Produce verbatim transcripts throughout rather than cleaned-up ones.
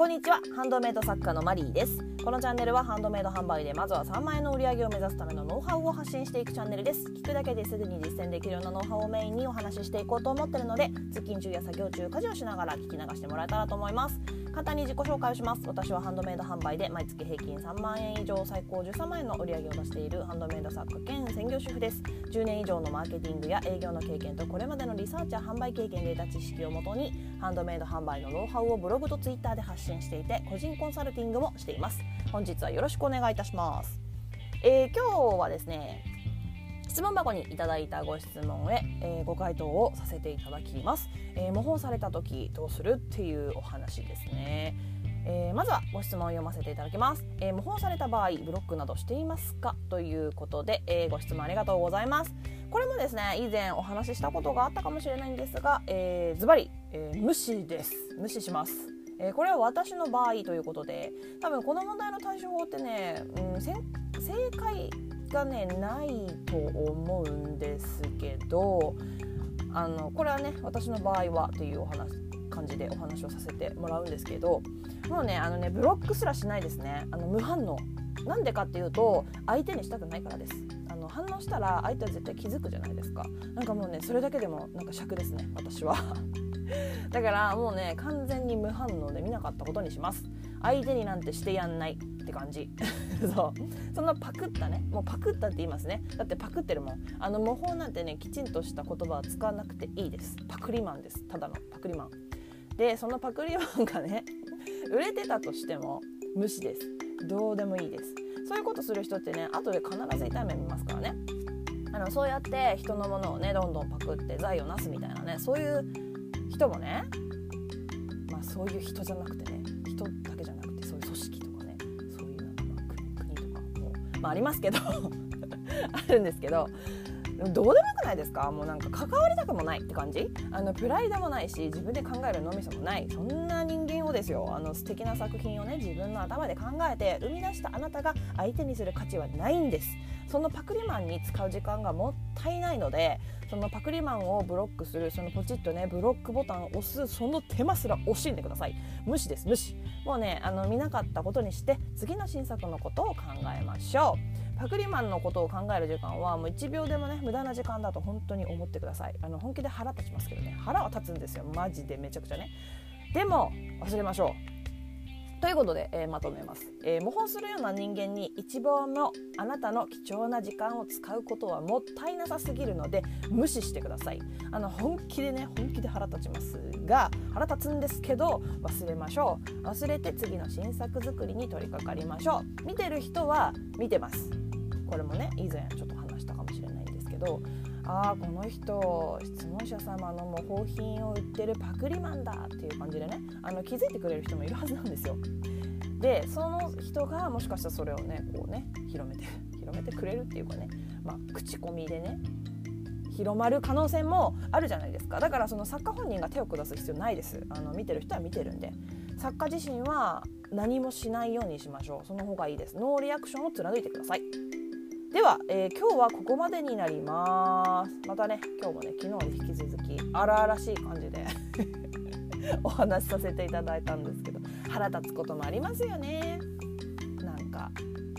んにちは。ハンドメイド作家のマリーです。このチャンネルはハンドメイド販売でまずはさんまんえんの売り上げを目指すためのノウハウを発信していくチャンネルです。聞くだけですぐに実践できるようなノウハウをメインにお話ししていこうと思っているので、通勤中や作業中、家事をしながら聞き流してもらえたらと思います。簡単に自己紹介をします。私はハンドメイド販売で毎月平均さんまんえん以上、最高じゅうさんまんえんの売り上げを出しているハンドメイド作家兼専業主婦です。じゅうねん以上のマーケティングや営業の経験とこれまでのリサーチや販売経験で得た知識をもとに、ハンドメイド販売のノウハウをブログとツイッターで発信していて、個人コンサルティングもしています。本日はよろしくお願いいたします。えー、今日はですね、質問箱にいただいたご質問へ、えー、ご回答をさせていただきます。えー、模倣された時どうするっていうお話ですね。えー、まずはご質問を読ませていただきます。えー、模倣された場合ブロックなどしていますかということで、えー、ご質問ありがとうございます。これもですね、以前お話ししたことがあったかもしれないんですが、えー、ズバリ、えー、無視です。無視します。えー、これは私の場合ということで、多分この問題の対処法ってね、うん、正解がねないと思うんですけど、あのこれはね私の場合はというお話感じでお話をさせてもらうんですけど、もうねあのねブロックすらしないですね。あの無反応。なんでかっていうと、相手にしたくないからです。あの反応したら相手は絶対気づくじゃないですか。なんかもうねそれだけでもなんか尺ですね、私は。だからもうね完全に無反応で見なかったことにします。相手になんてしてやんないって感じ。そうそんなパクったね、もうパクったって言いますね。だってパクってるもん。あの模倣なんてねきちんとした言葉は使わなくていいです。パクリマンです。ただのパクリマンで、そのパクリマンがね売れてたとしても無視です。どうでもいいです。そういうことする人ってね後で必ず痛い目見ますからね。あのそうやって人のものをねどんどんパクって財をなすみたいなね、そういう人もね、まあそういう人じゃなくてね、人だけじゃなくてそういう組織とかね、そういうなんかまあ 国, 国とかもまあありますけどあるんですけど、どうでもよくないですか。もうなんか関わりたくもないって感じ。あのプライドもないし、自分で考える脳みそもない、そんな人間をですよ、あの素敵な作品をね自分の頭で考えて生み出したあなたが相手にする価値はないんです。そのパクリマンに使う時間がもったいないので、そのパクリマンをブロックする、そのポチッとねブロックボタンを押すその手間すら惜しんでください。無視です。無視。もうねあの見なかったことにして、次の新作のことを考えましょう。パクリマンのことを考える時間はもういちびょうでもね無駄な時間だと本当に思ってください。あの本気で腹立ちますけどね、腹は立つんですよ、マジでめちゃくちゃね。でも忘れましょうということで、えー、まとめます。えー、模倣するような人間に一秒のあなたの貴重な時間を使うことはもったいなさすぎるので無視してください。あの本気でね本気で腹立ちますが、腹立つんですけど忘れましょう。忘れて次の新作作りに取り掛かりましょう。見てる人は見てます。これもね以前ちょっと話したかもしれないんですけど、あーこの人質問者様の模倣品を売ってるパクリマンだっていう感じでね、あの気づいてくれる人もいるはずなんですよ。でその人がもしかしたらそれをねこうね広めて広めてくれるっていうかね、まあ口コミでね広まる可能性もあるじゃないですか。だからその作家本人が手を下す必要ないです。あの見てる人は見てるんで、作家自身は何もしないようにしましょう。その方がいいです。ノーリアクションを貫いてください。では、えー、今日はここまでになります。またね今日もね昨日に引き続き荒々しい感じでお話しさせていただいたんですけど、腹立つこともありますよね。なんか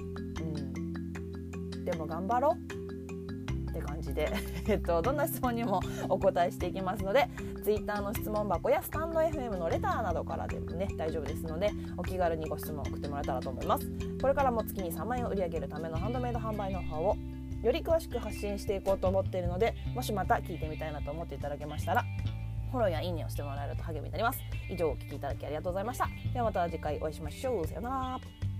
うんでも頑張ろうって感じでえっとどんな質問にもお答えしていきますので、ツイッターの質問箱やスタンド エフエム のレターなどからでもね大丈夫ですので、お気軽にご質問を送ってもらえたらと思います。これからも月にさんまんえんを売り上げるためのハンドメイド販売ノウハウをより詳しく発信していこうと思っているので、もしまた聞いてみたいなと思っていただけましたらフォローやいいねをしてもらえると励みになります。以上お聞きいただきありがとうございました。ではまた次回お会いしましょう。さようなら。